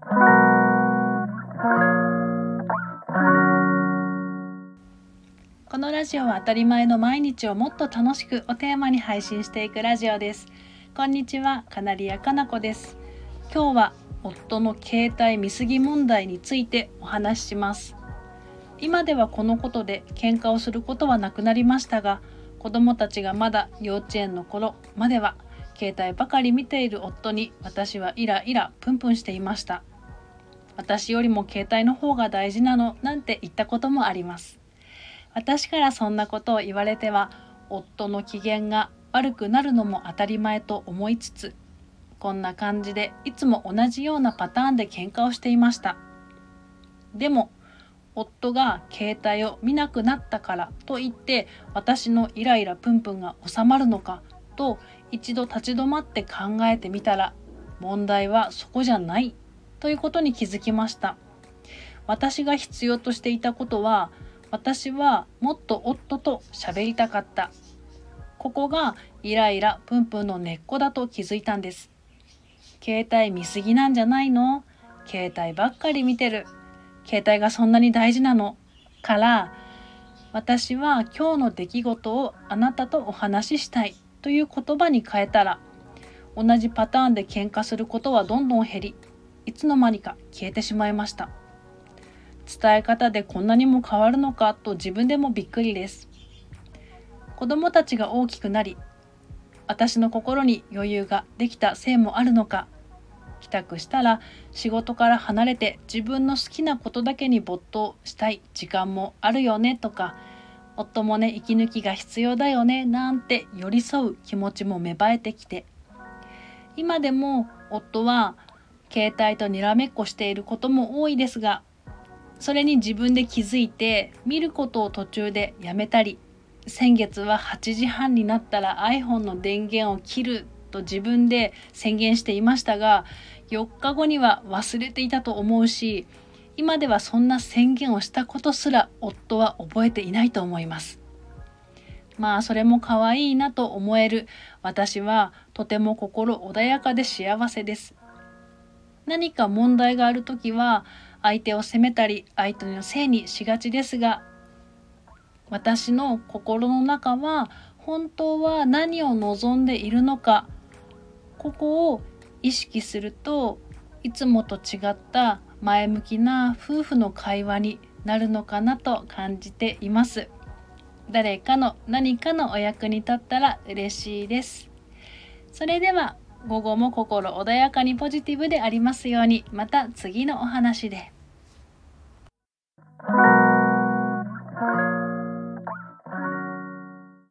このラジオは当たり前の毎日をもっと楽しくをテーマに配信していくラジオです。こんにちは、カナリアかなこです。今日は夫の携帯見過ぎ問題についてお話しします。今ではこのことで喧嘩をすることはなくなりましたが、子供たちがまだ幼稚園の頃までは携帯ばかり見ている夫に私はイライラプンプンしていました。私よりも携帯の方が大事なのなんて言ったこともあります。私からそんなことを言われては夫の機嫌が悪くなるのも当たり前と思いつつ、こんな感じでいつも同じようなパターンで喧嘩をしていました。でも夫が携帯を見なくなったからといって私のイライラプンプンが収まるのかと一度立ち止まって考えてみたら、問題はそこじゃないということに気づきました。私が必要としていたことは、私はもっと夫と喋りたかった。ここがイライラプンプンの根っこだと気づいたんです。携帯見すぎなんじゃないの？携帯ばっかり見てる。携帯がそんなに大事なの？から、私は今日の出来事をあなたとお話ししたいという言葉に変えたら、同じパターンで喧嘩することはどんどん減り、いつの間にか消えてしまいました。伝え方でこんなにも変わるのかと自分でもびっくりです。子供たちが大きくなり、私の心に余裕ができたせいもあるのか、帰宅したら仕事から離れて自分の好きなことだけに没頭したい時間もあるよねとか、夫もね、息抜きが必要だよねなんて寄り添う気持ちも芽生えてきて、今でも夫は携帯とにらめっこしていることも多いですが、それに自分で気づいて見ることを途中でやめたり、先月は8時半になったら iPhone の電源を切ると自分で宣言していましたが、4日後には忘れていたと思うし、今ではそんな宣言をしたことすら夫は覚えていないと思います。それも可愛いなと思える私はとても心穏やかで幸せです。何か問題があるときは相手を責めたり相手のせいにしがちですが、私の心の中は本当は何を望んでいるのか、ここを意識するといつもと違った前向きな夫婦の会話になるのかなと感じています。誰かの何かのお役に立ったら嬉しいです。それでは午後も心穏やかにポジティブでありますように。また次のお話で。